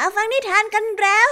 มาฟังนิทานกันแล้ว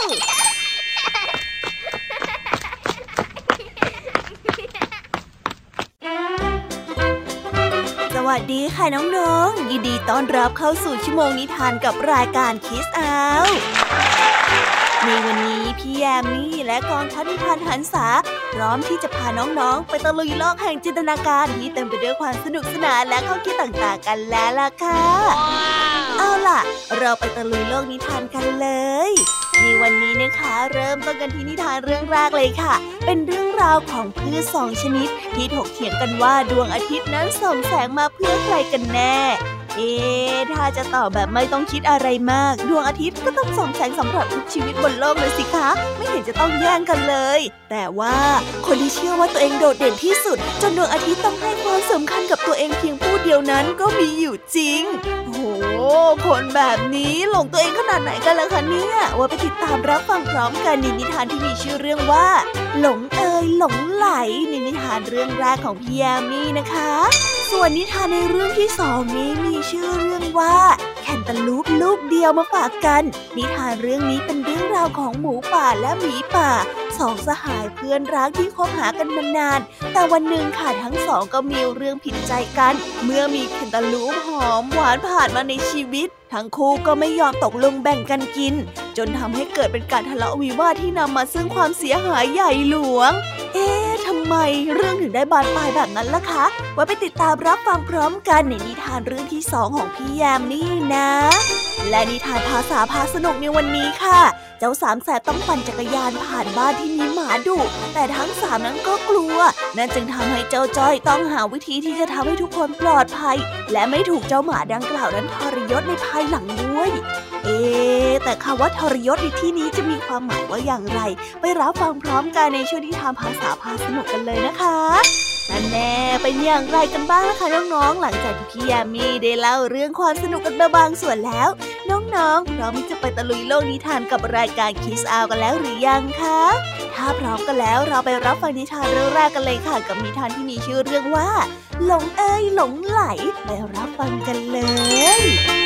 สวัสดีค่ะน้องๆยินดีต้อนรับเข้าสู่ชั่วโมงนิทานกับรายการ Kids Out ในวันนี้พี่แยมมี่และกองทัพนิทานหันษาพร้อมที่จะพาน้องๆไปตะลุยโลกแห่งจินตนาการที่เต็มไปด้วยความสนุกสนานและข้อคิดต่างๆกันแล้วล่ะค่ะ เอาล่ะเราไปตะลุยโลกนิทานกันเลยในวันนี้นะคะเริ่มต้นกันที่นิทานเรื่องแรกเลยค่ะเป็นเรื่องราวของพืช2ชนิดที่ถกเถียงกันว่าดวงอาทิตย์นั้นส่องแสงมาเพื่อใครกันแน่ถ้าจะตอบแบบไม่ต้องคิดอะไรมากดวงอาทิตย์ก็ต้องส่องแสงสำหรับทุกชีวิตบนโลกเลยสิคะไม่เห็นจะต้องแย่งกันเลยแต่ว่าคนที่เชื่อว่าตัวเองโดดเด่นที่สุดจนดวงอาทิตย์ต้องให้ความสำคัญกับตัวเองเพียงผู้เดียวนั้นก็มีอยู่จริงโอ้โหคนแบบนี้หลงตัวเองขนาดไหนกันล่ะคะเนี่ยว่าไปติดตามรับฟังพร้อมกันในนิทานที่มีชื่อเรื่องว่าหลงหลงไหลในนิทานเรื่องแรกของพี่แยมมี่นะคะส่วนนิทานในเรื่องที่2นี้มีชื่อเรื่องว่าแคนตาลูปลูกเดียวมาฝากกันนิทานเรื่องนี้เป็นเรื่องราวของหมูป่าและหมีป่า2สหายเพื่อนรักที่คบหากันมานานแต่วันหนึ่งค่ะทั้งสองก็มีเรื่องผิดใจกันเมื่อมีแคนตาลูปหอมหวานผ่านมาในชีวิตทั้งคู่ก็ไม่ยอมตกลงแบ่งกันกินจนทำให้เกิดเป็นการทะเลาะวิวาทที่นำมาซึ่งความเสียหายใหญ่หลวงทำไมเรื่องถึงได้บานปลายแบบนั้นล่ะคะไว้ไปติดตามรับฟังพร้อมกันในนิทานเรื่องที่2ของพี่แยมนี่นะและนิทานภาษาพาสนุกในวันนี้ค่ะเจ้าสามแสบต้องปั่นจักรยานผ่านบ้านที่มีหมาดุแต่ทั้ง3นั้นก็กลัวนั่นจึงทำให้เจ้าจ้อยต้องหาวิธีที่จะทำให้ทุกคนปลอดภัยและไม่ถูกเจ้าหมาดังกล่าวนั้นทรยศในภายหลังด้วยแต่คำว่าทรยศในที่นี้จะมีความหมายว่าอย่างไรไปรับฟังพร้อมกันในช่วงนิทานภาษาพาสนุกกันเลยนะคะนั่นแน่เป็นอย่างไรกันบ้างคะน้องๆหลังจากที่พี่ยามีได้เล่าเรื่องความสนุกกันมาบางส่วนแล้วน้องๆพร้อมที่จะไปตะลุยโลกนิทานกับรายการ Kids Out กันแล้วหรือยังคะถ้าพร้อมกันแล้วเราไปรับฟังนิทานเรื่องแรกกันเลยค่ะกับนิทานที่มีชื่อเรื่องว่าหลงหลงไหลไปรับฟังกันเลย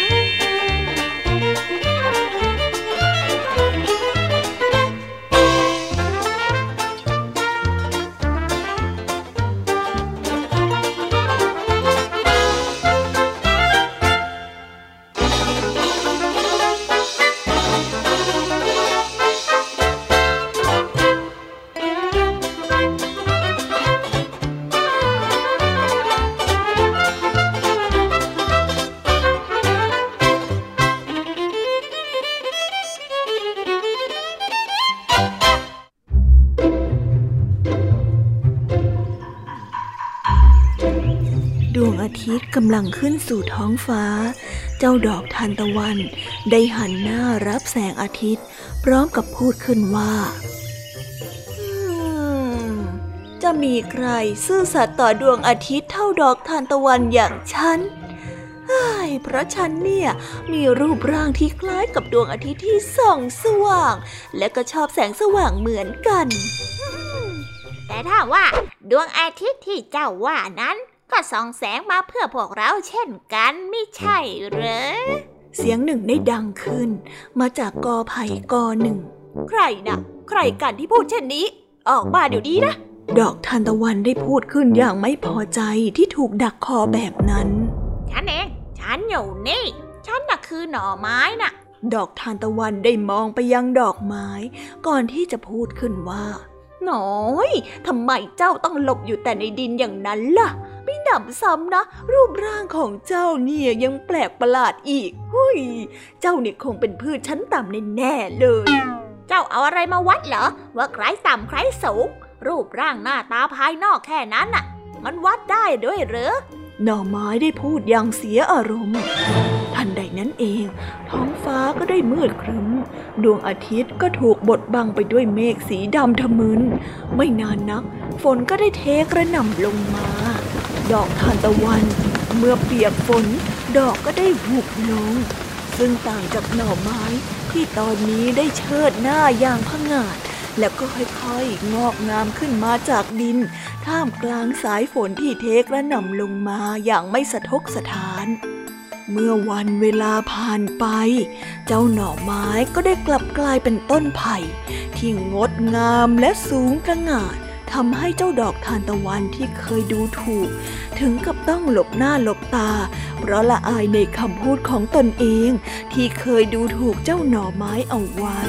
กำลังขึ้นสู่ท้องฟ้าเจ้าดอกทานตะวันได้หันหน้ารับแสงอาทิตย์พร้อมกับพูดขึ้นว่าจะมีใครซื่อสัตย์ต่อดวงอาทิตย์เท่าดอกทานตะวันอย่างฉันเพราะฉันเนี่ยมีรูปร่างที่คล้ายกับดวงอาทิตย์ที่ส่องสว่างและก็ชอบแสงสว่างเหมือนกันแต่ถ้าว่าดวงอาทิตย์ที่เจ้าว่านั้นก็ส่องแสงมาเพื่อพวกเราเช่นกันไม่ใช่เหรอเสียงหนึ่งได้ดังขึ้นมาจากกอไผ่กอหนึ่งใครนะใครกันที่พูดเช่นนี้ออกมาเดี๋ยวนี้นะดอกทานตะวันได้พูดขึ้นอย่างไม่พอใจที่ถูกดักคอแบบนั้นฉันเองฉันอยู่นี่ฉันน่ะคือหน่อไม้น่ะดอกทานตะวันได้มองไปยังดอกไม้ก่อนที่จะพูดขึ้นว่าน้อยทำไมเจ้าต้องหลบอยู่แต่ในดินอย่างนั้นล่ะไม่หนำซ้ำนะรูปร่างของเจ้าเนี่ยยังแปลกประหลาดอีกเจ้าเนี่ยคงเป็นพืชชั้นต่ำแน่ๆเลยเจ้าเอาอะไรมาวัดเหรอว่าใครต่ำใครสูงรูปร่างหน้าตาภายนอกแค่นั้นน่ะมันวัดได้ด้วยเหรอหน่อไม้ได้พูดอย่างเสียอารมณ์ทันใดนั้นเองท้องฟ้าก็ได้มืดครึ้มดวงอาทิตย์ก็ถูกบดบังไปด้วยเมฆสีดำทะมึนไม่นานนักฝนก็ได้เทกระหน่ำลงมาดอกทานตะวันเมื่อเปียกฝนดอกก็ได้หุบลงซึ่งต่างจากหน่อไม้ที่ตอนนี้ได้เชิดหน้าอย่างผงาดแล้วก็ค่อยๆงอกงามขึ้นมาจากดินท่ามกลางสายฝนที่เทกระหน่ำลงมาอย่างไม่สะทกสะท้านเมื่อวันเวลาผ่านไปเจ้าหน่อไม้ก็ได้กลับกลายเป็นต้นไผ่ที่งดงามและสูงประหง่าทำให้เจ้าดอกทานตะวันที่เคยดูถูกถึงกับต้องหลบหน้าหลบตาเพราะละอายในคำพูดของตนเองที่เคยดูถูกเจ้าหน่อไม้เอาไว้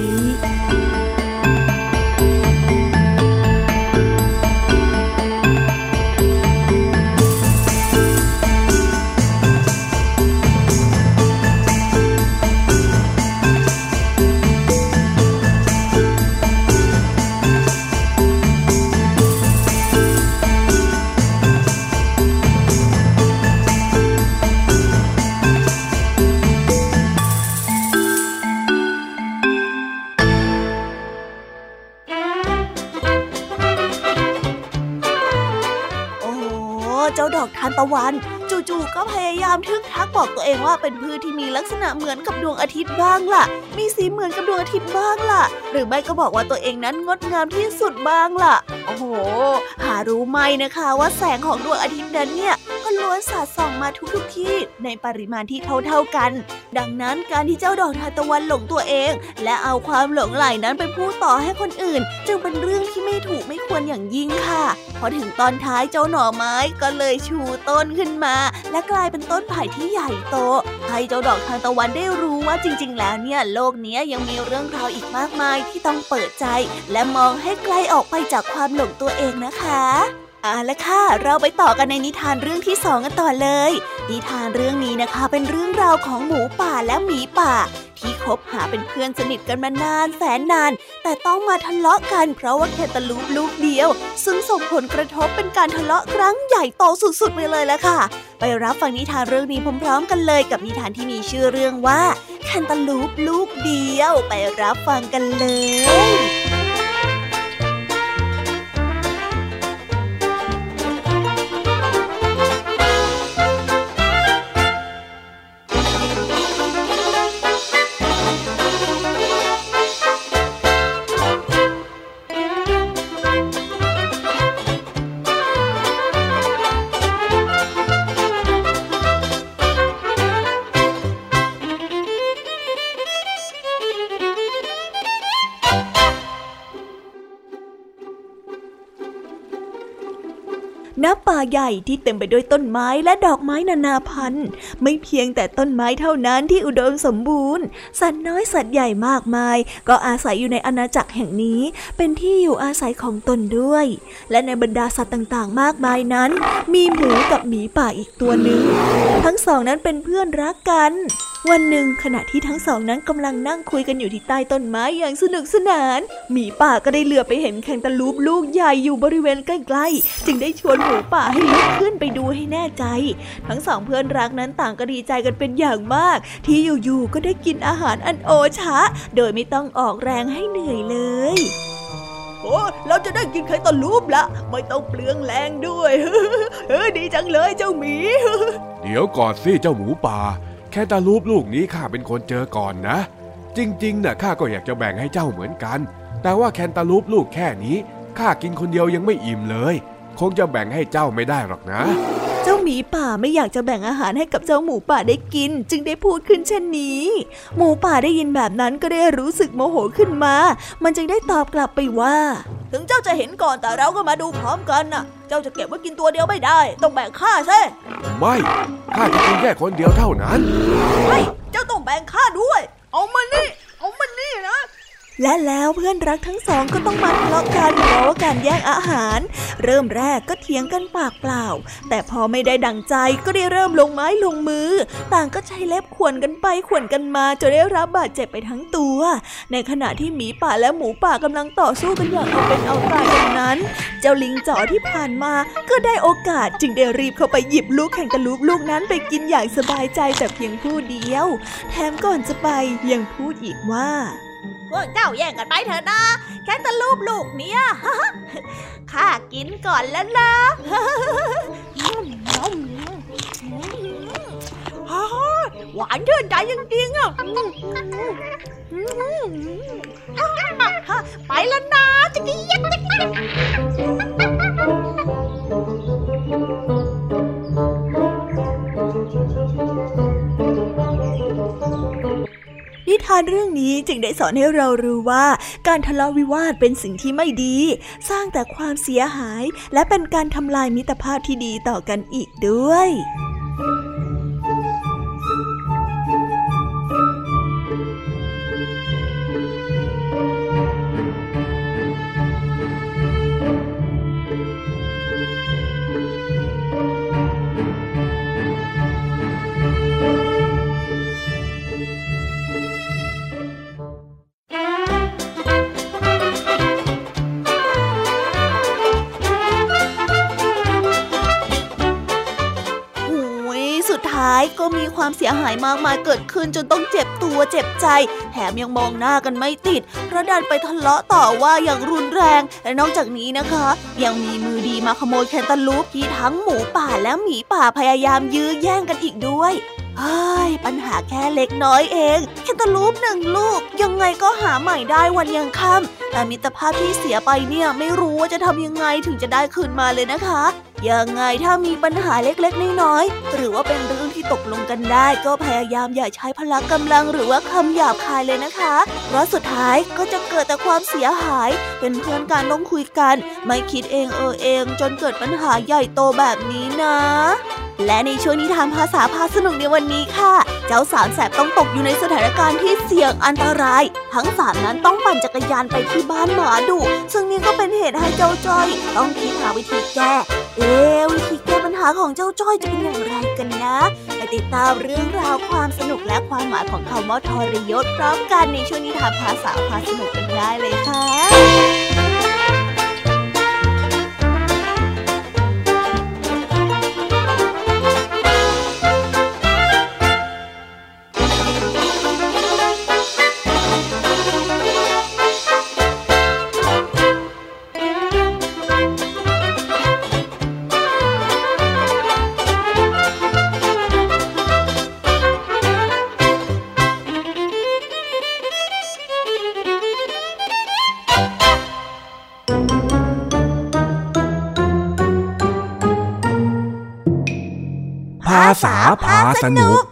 เจ้าดอกทานตะวันจู่ๆก็พยายามทึกทักบอกตัวเองว่าเป็นพืชที่มีลักษณะเหมือนกับดวงอาทิตย์บ้างล่ะมีสีเหมือนกับดวงอาทิตย์บ้างล่ะหรือไม่ก็บอกว่าตัวเองนั้นงดงามที่สุดบ้างล่ะโอ้โหหารู้ไหมนะคะว่าแสงของดวงอาทิตย์นั้นเนี่ยก็ล้วนสาดส่องมาทุกที่ในปริมาณที่เท่ากันดังนั้นการที่เจ้าดอกทานตะวันหลงตัวเองและเอาความหลงใหลนั้นไปพูดต่อให้คนอื่นจึงเป็นเรื่องที่ไม่ถูกไม่ควรอย่างยิ่งค่ะพอถึงตอนท้ายเจ้าหน่อไม้ก็เลยชูต้นขึ้นมาและกลายเป็นต้นไผ่ที่ใหญ่โตให้เจ้าดอกทานตะวันได้รู้ว่าจริงๆแล้วเนี่ยโลกนี้ยังมีเรื่องราวอีกมากมายที่ต้องเปิดใจและมองให้ไกลออกไปจากความหลงตัวเองนะคะเอาละค่ะเราไปต่อกันในนิทานเรื่องที่2กันต่อเลยนิทานเรื่องนี้นะคะเป็นเรื่องราวของหมูป่าและหมีป่าที่คบหาเป็นเพื่อนสนิทกันมานานแสนนานแต่ต้องมาทะเลาะกันเพราะว่าแคนตาลูปลูกเดียวซึ่งส่งผลกระทบเป็นการทะเลาะครั้งใหญ่โตสุดๆไปเลยละค่ะไปรับฟังนิทานเรื่องนี้พร้อมๆกันเลยกับนิทานที่มีชื่อเรื่องว่าแคนตาลูปลูกเดียวไปรับฟังกันเลยณ ป่าใหญ่ที่เต็มไปด้วยต้นไม้และดอกไม้นานาพันธุ์ไม่เพียงแต่ต้นไม้เท่านั้นที่อุดมสมบูรณ์สัตว์น้อยสัตว์ใหญ่มากมายก็อาศัยอยู่ในอาณาจักรแห่งนี้เป็นที่อยู่อาศัยของตนด้วยและในบรรดาสัตว์ต่างๆมากมายนั้นมีหมูกับหมีป่าอีกตัวหนึ่งทั้งสองนั้นเป็นเพื่อนรักกันวันหนึ่งขณะที่ทั้งสองนั้นกำลังนั่งคุยกันอยู่ที่ใต้ต้นไม้อย่างสนุกสนานหมีป่าก็ได้เหลือบไปเห็นแคนตาลูปลูกใหญ่อยู่บริเวณใกล้ๆจึงได้ชวนหมูป่าให้ลุกขึ้นไปดูให้แน่ใจทั้งสองเพื่อนรักนั้นต่างก็ดีใจกันเป็นอย่างมากที่อยู่ๆก็ได้กินอาหารอันโอชะโดยไม่ต้องออกแรงให้เหนื่อยเลยโอ้เราจะได้กินแคนตาลูปละไม่ต้องเปลืองแรงด้วย ดีจังเลยเจ้าหมีเดี๋ยวก่อนสิเจ้าหมูป่าแคนตาลูปลูกนี้ข้าเป็นคนเจอก่อนนะจริงๆน่ะข้าก็อยากจะแบ่งให้เจ้าเหมือนกันแต่ว่าแคนตาลูปลูกแค่นี้ข้ากินคนเดียวยังไม่อิ่มเลยคงจะแบ่งให้เจ้าไม่ได้หรอกนะเจ้าหมีป่าไม่อยากจะแบ่งอาหารให้กับเจ้าหมูป่าได้กินจึงได้พูดขึ้นเช่นนี้หมูป่าได้ยินแบบนั้นก็ได้รู้สึกโมโหขึ้นมามันจึงได้ตอบกลับไปว่าถึงเจ้าจะเห็นก่อนแต่เราก็มาดูพร้อมกันน่ะเจ้าจะเก็บไว้กินตัวเดียวไม่ได้ต้องแบ่งข้าซิไม่ข้าจะกินแค่คนเดียวเท่านั้นไม่เจ้าต้องแบ่งข้าด้วยเอามันนี่นะและแล้วเพื่อนรักทั้งสองก็ต้องมาทะเลาะกันเพราะว่าการแย่งอาหารเริ่มแรกก็เถียงกันปากเปล่าแต่พอไม่ได้ดั่งใจก็ได้เริ่มลงไม้ลงมือต่างก็ใช้เล็บข่วนกันไปข่วนกันมาจนได้รับบาดเจ็บไปทั้งตัวในขณะที่หมีป่าและหมูป่ากำลังต่อสู้กันอย่างเอาเป็นเอาตายกันนั้นเจ้าลิงจ๋อที่ผ่านมาก็ได้โอกาสจึงได้รีบเข้าไปหยิบลูกแคนตาลูปลูกนั้นไปกินอย่างสบายใจแต่เพียงผู้เดียวแถมก่อนจะไปยังพูดอีกว่าพวกเจ้าแย่งกันไปเถอะนะแคนตาลูปลูกเนี้ยข้ากินก่อนแล้วนะหวานชื่นใจจริงๆอ่ะไปแล้วนะจะกินยักษ์นิทานเรื่องนี้จึงได้สอนให้เรารู้ว่าการทะเลาะวิวาทเป็นสิ่งที่ไม่ดีสร้างแต่ความเสียหายและเป็นการทำลายมิตรภาพที่ดีต่อกันอีกด้วยก็มีความเสียหายมากมายเกิดขึ้นจนต้องเจ็บตัวเจ็บใจแถมยังมองหน้ากันไม่ติดเพราะดันไปทะเลาะต่อว่าอย่างรุนแรงและนอกจากนี้นะคะยังมีมือดีมาขโมยแคนตาลูปที่ทั้งหมูป่าและหมีป่าพยายามยื้อแย่งกันอีกด้วยปัญหาแค่เล็กน้อยเองแคนตาลูป1 ลูกยังไงก็หาใหม่ได้วันยังค่ำแต่มิตรภาพที่เสียไปเนี่ยไม่รู้ว่าจะทำยังไงถึงจะได้คืนมาเลยนะคะยังไงถ้ามีปัญหาเล็กๆน้อยๆหรือว่าเป็นเรื่องที่ตกลงกันได้ก็พยายามอย่าใช้พละกำลังหรือว่าคำหยาบคายเลยนะคะเพราะสุดท้ายก็จะเกิดแต่ความเสียหายเป็นเพื่อนกันต้องคุยกันไม่คิดเองเองจนเกิดปัญหาใหญ่โตแบบนี้นะและในช่วงนิทานภาษาพาสนุกในวันนี้ค่ะเจ้าสามแสบต้องตกอยู่ในสถานการณ์ที่เสี่ยงอันตรายทั้ง3นั้นต้องปั่นจักรยานไปที่บ้านหมาดุซึ่งนี่ก็เป็นเหตุให้เจ้าจ้อยต้องคิดหาวิธีแก้วิธีแก้ปัญหาของเจ้าจ้อยจะเป็นอย่างไรกันนะไปติดตามเรื่องราวความสนุกและความหมายของคำว่าทรยศพร้อมกันในช่วงนิทานภาษาพาสนุกกันได้เลยค่ะภาษาพาสนุก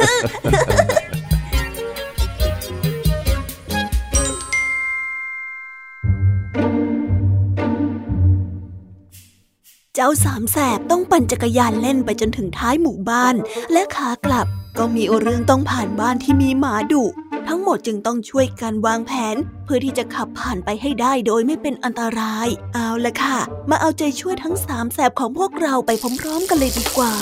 เจ้าสามแสบต้องปั่นจักรยานเล่นไปจนถึงท้ายหมู่บ้านและขากลับก็มีเรื่องต้องผ่านบ้านที่มีหมาดุทั้งหมดจึงต้องช่วยกันวางแผนเพื่อที่จะขับผ่านไปให้ได้โดยไม่เป็นอันตรายเอาล่ะค่ะมาเอาใจช่วยทั้งสามแสบของพวกเราไปพร้อมๆกันเลยดีกว่า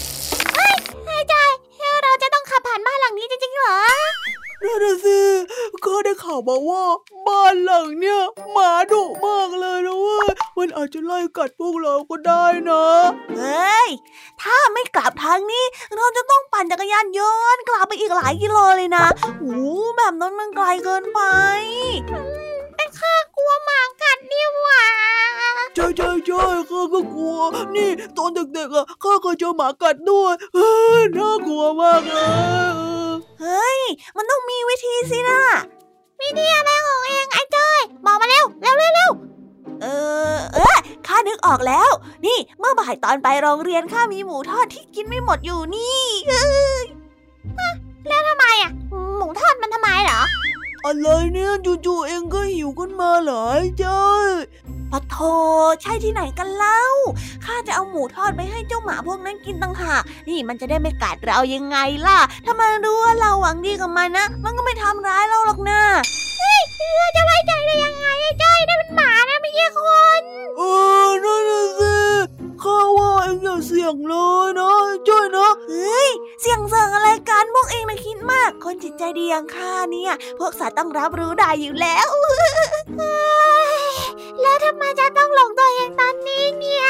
เราจะต้องขับผ่านบ้านหลังนี้จริงๆเหรอนั่นน่ะสิก็ได้ข่าวมาว่าบ้านหลังเนี่ยหมาดุมากเลยนะเว้ยมันอาจจะไล่กัดพวกเราก็ได้นะเฮ้ยถ้าไม่กลับทางนี้เราจะต้องปั่นจักรยานย้อนกลับไปอีกหลายกิโลเลยนะแบบนั้นมันไกลเกินไปแต่ข้ากลัวหมากัดนี่หว่าใช่ข้าก็กลัวนี่ตอนเด็กๆอ่ะข้าเคยเจอหมากัดด้วยน่ากลัวมากเลยเฮ้ยมันต้องมีวิธีสินะวิธีอะไรของเองไอ้จ้อยบอกมาเร็วข้านึกออกแล้วนี่เมื่อบ่ายตอนไปโรงเรียนข้ามีหมูทอดที่กินไม่หมดอยู่นี่แล้วทำไมอ่ะหมูทอดมันทำไมเหรออะไรเนี่ยจู่ๆเองก็หิวขึ้นมาเหรอจ้อยปะโถใช่ที่ไหนกันเล่าข้าจะเอาหมูทอดไปให้เจ้าหมาพวกนั้นกินต่างหากนี่มันจะได้ไม่กัดเรายังไงล่ะถ้ามันรู้ว่าเราหวังดีกับมันนะมันก็ไม่ทำร้ายเราหรอกนะเฮ้ยเราจะไว้ใจได้ยังไงไอ้จ้อยนั่นมันหมานะไม่ใช่คนนั่นน่ะสิข้าว่าเองอย่าเสี่ยงเลยนะจ้อยนะเฮ้ยเสี่ยงอะไรกันพวกเองนะคิดมากคนจิตใจดีอย่างข้าเนี่ยพวกสัตว์ต้องรับรู้ได้อยู่แล้วแล้วทำไมจะต้องหลงตัวเองตอนนี้เนี่ย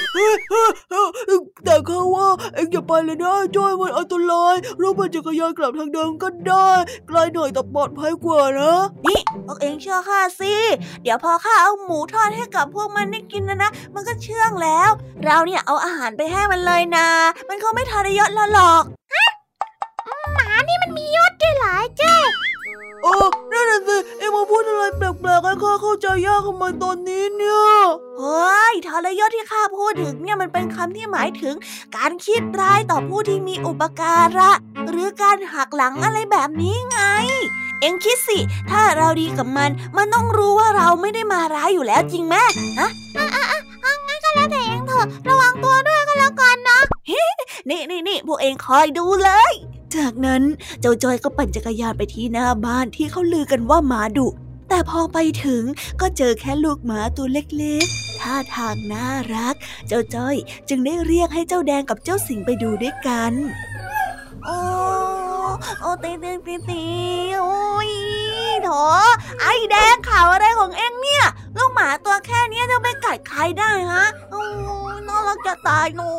แต่ข้าว่าเองอย่าไปเลยนะจ้อยมันอันตรายเราปั่นจักรยานกลับทางเดิมก็ได้ไกลหน่อยแต่ปลอดภัยกว่านะนี่พวกเองเชื่อข้าสิเดี๋ยวพอข้าเอาหมูทอดให้กับพวกมันได้กินนะมันก็เชื่องแล้วเราเนี่ยเอาอาหารไปให้มันเลยนะมันคงไม่ทรยศเราหรอกหมานี่มันมียศด้วยเหรอเจ้นั่นน่ะสิเอ็งมาพูดอะไรแปลกๆให้ข้าเข้าใจยากทำไมตอนนี้เนี่ยเฮ้ยทรยศที่ข้าพูดถึงเนี่ยมันเป็นคำที่หมายถึงการคิดร้ายต่อผู้ที่มีอุปการะหรือการหักหลังอะไรแบบนี้ไงเอ็งคิดสิถ้าเราดีกับมันต้องรู้ว่าเราไม่ได้มาร้ายอยู่แล้วจริงไหมฮะงั้นก็แล้วแต่เองเถอะระวังตัวด้วยก็แล้วกันนะนี่พวกเองคอยดูเลยจากนั้นเจ้าจ้อยก็ปั่นจักรยานไปที่หน้าบ้านที่เขาลือกันว่าหมาดุแต่พอไปถึงก็เจอแค่ลูกหมาตัวเล็กๆท่าทางน่ารักเจ้าจ้อยจึงได้เรียกให้เจ้าแดงกับเจ้าสิงห์ไปดูด้วยกันโอ้ตีโอ้ยโถไอ้แดงข่าวอะไรของเอ็งเนี่ยลูกหมาตัวแค่นี้จะไปกัดใครได้ฮะโอ้น่ารักจะตายหนู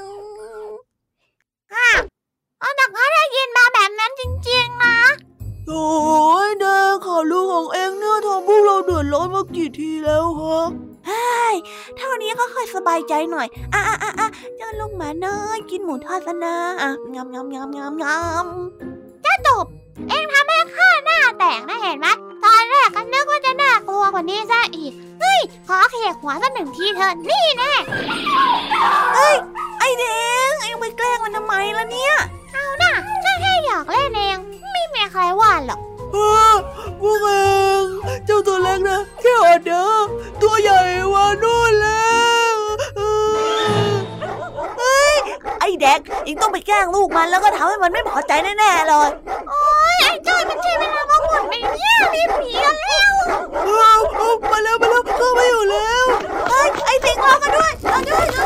แต่ข้าได้ยินมาแบบนั้นจริงๆนะโอ้ยแดงข่าวลือของเอ็งเนี่ยทำพวกเราเดือดร้อนมากี่ทีแล้วฮะเท่านี้ก็ค่อยสบายใจหน่อยเจ้าลูกหมาน้อยกินหมูทอดซะนะงำเจ้าจบเอ็งทำให้ข้าหน้าแตกนะเห็นไหมตอนแรกก็นึกว่าจะน่ากลัวกว่านี้ซะอีกเฮ้ยขอเขกหัวสักหนึ่งทีเถอะนี่แน่ไอ้แดงเอ็งไปแกล้งมันทำไมล่ะเนี่ยเอาน่ะก็แค่อยากเล่นเองไม่มีใครว่าหรอกพวกเองเจ้าตัวเล็กนะแค่ออเดอร์ตัวใหญ่กว่านู่นแล้วไอ้แดงเอ็งต้องไปแกล้งลูกมันแล้วก็ทำให้มันไม่พอใจแน่ๆเลยโอ๊ยไอ้จ้อยมันใช่เวลามาบ่นไปเนี่ยรีบหนีกันแล้วมาแล้วเข้ามาอยู่แล้วไอ้สิงห์รอมาด้วยรอด้วยรอ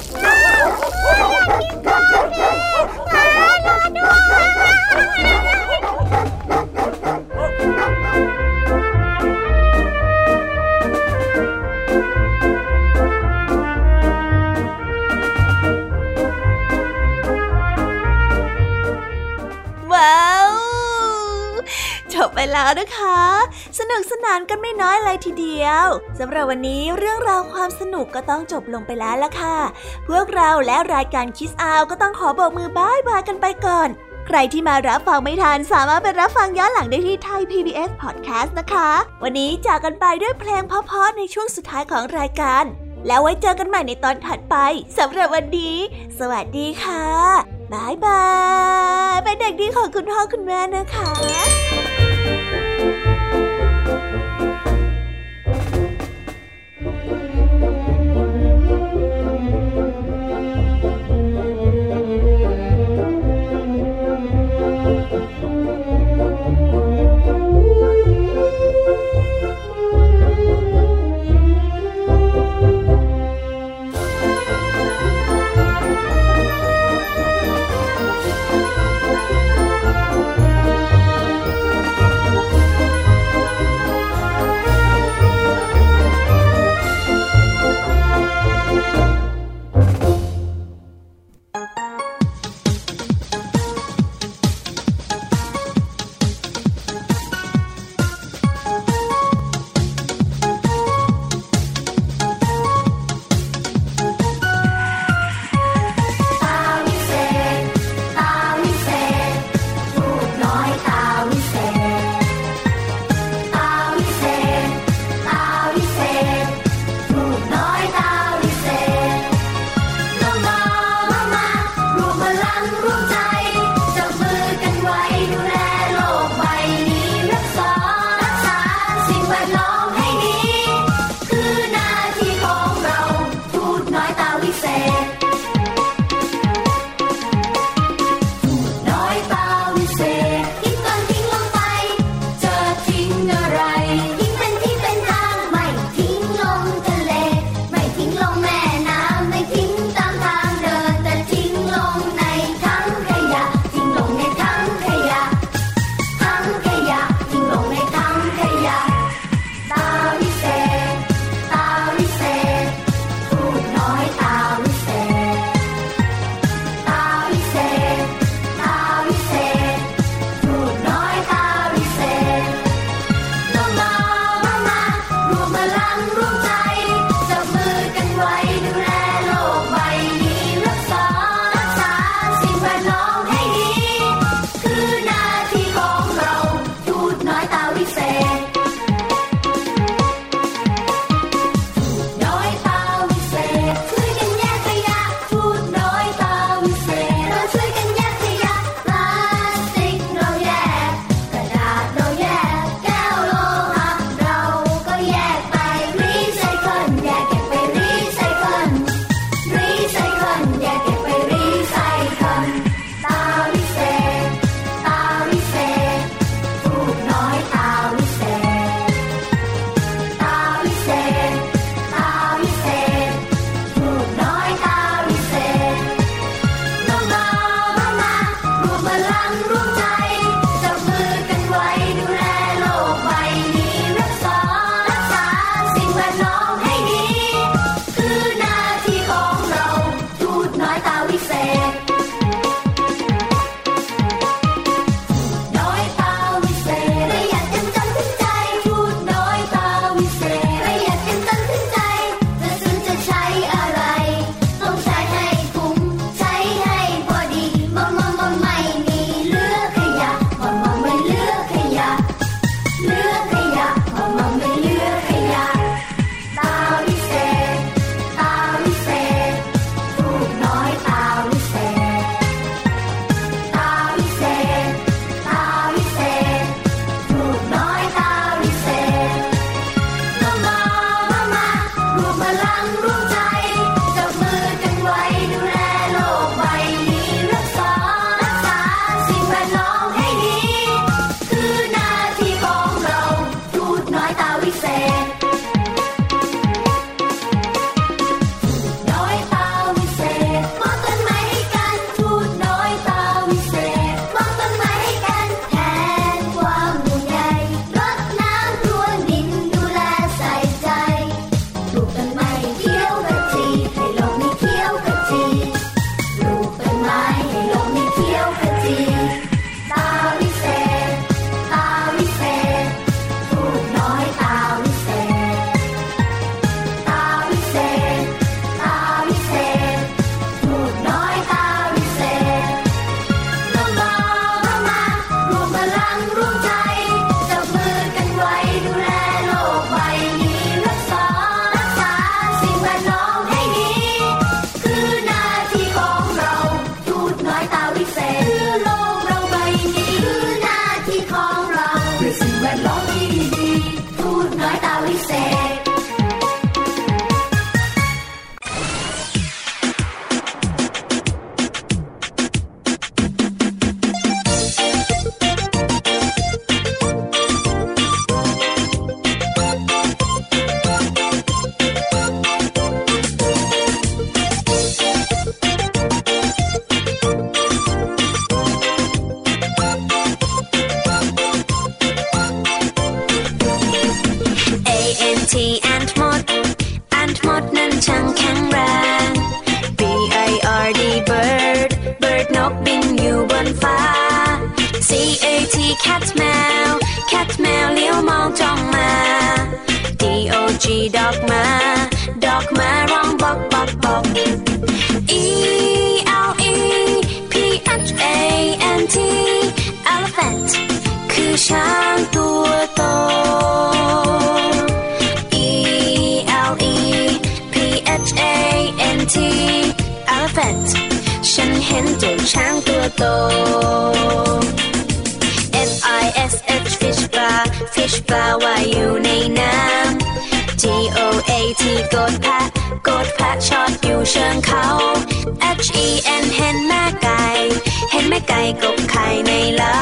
จบไปแล้วนะคะสนุกสนานกันไม่น้อยเลยทีเดียวสำหรับวันนี้เรื่องราวความสนุกก็ต้องจบลงไปแล้วล่ะค่ะพวกเราและรายการคิสอาวก็ต้องขอบอกมือบ๊ายบายกันไปก่อนใครที่มารับฟังไม่ทันสามารถไปรับฟังย้อนหลังได้ที่ไทย PBS Podcast นะคะวันนี้จากกันไปด้วยเพลงเพราะๆในช่วงสุดท้ายของรายการแล้วไว้เจอกันใหม่ในตอนถัดไปสำหรับวันนี้สวัสดีค่ะบ๊ายบายเป็นเด็กดีของคุณพ่อคุณแม่นะคะพื่อสิ่งแวดล้อมที่ดีๆพูดน้อยตาวิเศษ cat แมวเลี้ยวมองจ้องมา DOG ดอกมาร้องบอก ELEPHANT elephant คือช้างตัวโต ELEPHANT elephant ฉันเห็นเจ้าช้างตัวโตfish ปลาว่ายอยู่ในน้ำ GOAT โกดแพะชอดอยู่เชิงเขา HEN เห็นแม่ไก่กบไข่ในเล้า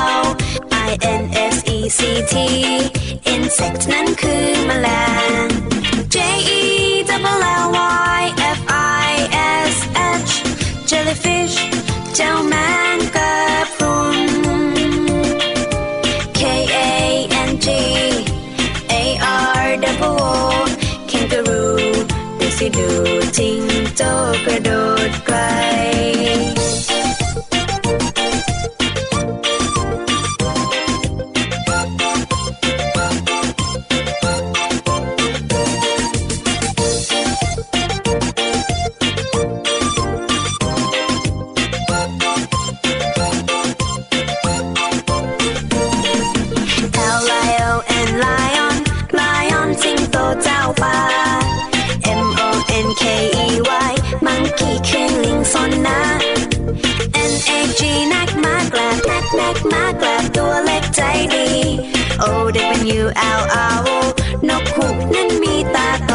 INSECT insect นั้นคือแมลง JELLYFISH jellyfish เจ้าแมงกะพรุนkangaroo ดูสิดูจิงโจ้กระโดดไกลmonkey คือลิงซนนะ NAG นักม้ากราบตัวเล็กใจดี OWLR นกฮูกนั้นมีตาโต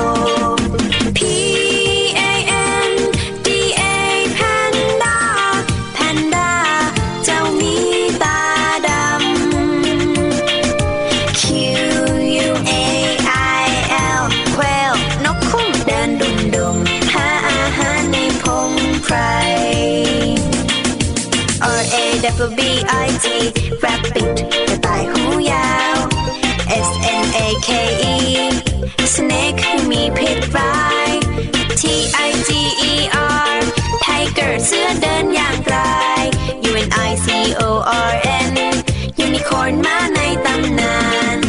PANDA panda เจ้ามีตาดำ QUAIL quail นกคุ้มเดินดุ่มหาอาหารในพงไพร RABBIT rabbit กระต่ายหูยาว SNAKE snake มีพิษร้าย TIGER tiger เสือเดินอย่างไกล UNICORN unicorn ม้าในตำนาน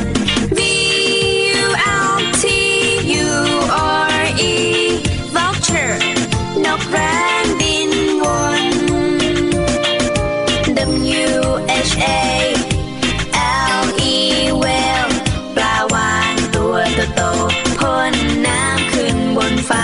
VULTURE vulture นกแร้งบินวน WHALE whale ปลาวาฬตัวโตพ่นน้ำขึ้นบนฟ้า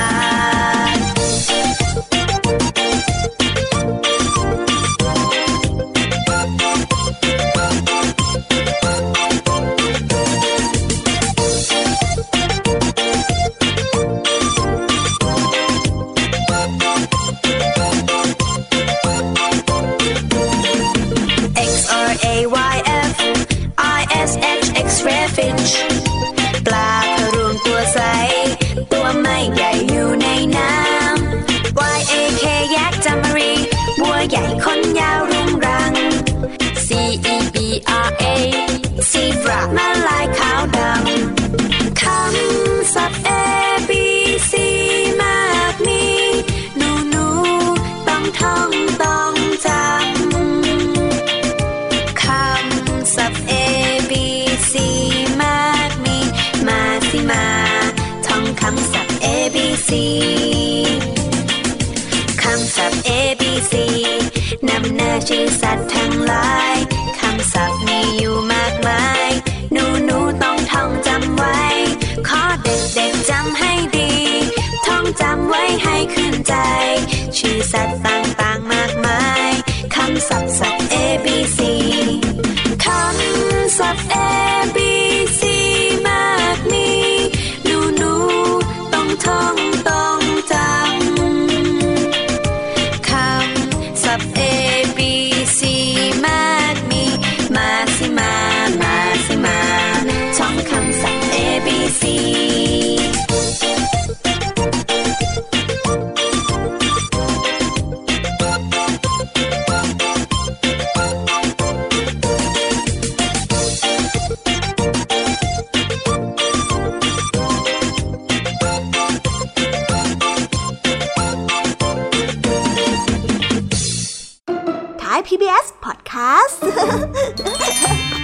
X-ray-fish ปลาพะรูนตัวใสตัวไม่ใหญ่อยู่ในน้ำ YAK ยักษ์จามรีบัวใหญ่ขนยาวรุงรัง CEBRA zebra ม้าลายขาวดำคำศัพท์ ABC มากมีหนูต้องท่องต้องจำคำศัพท์ ABC มากมีมาสิมาท่องคำศัพท์ ABC คำศัพท์ ABC นำหน้าชื่อสัตว์ทั้งหลายคำศัพท์มีอยู่มากมายหนูต้องท่องจำไว้ขอเด็กๆจำให้ดีท่องจำไว้ให้ขึ้นใจชื่อสัตว์ต่างๆมากมายคำศัพท์ ABC คำศัพท์ ABC Thai PBS Podcast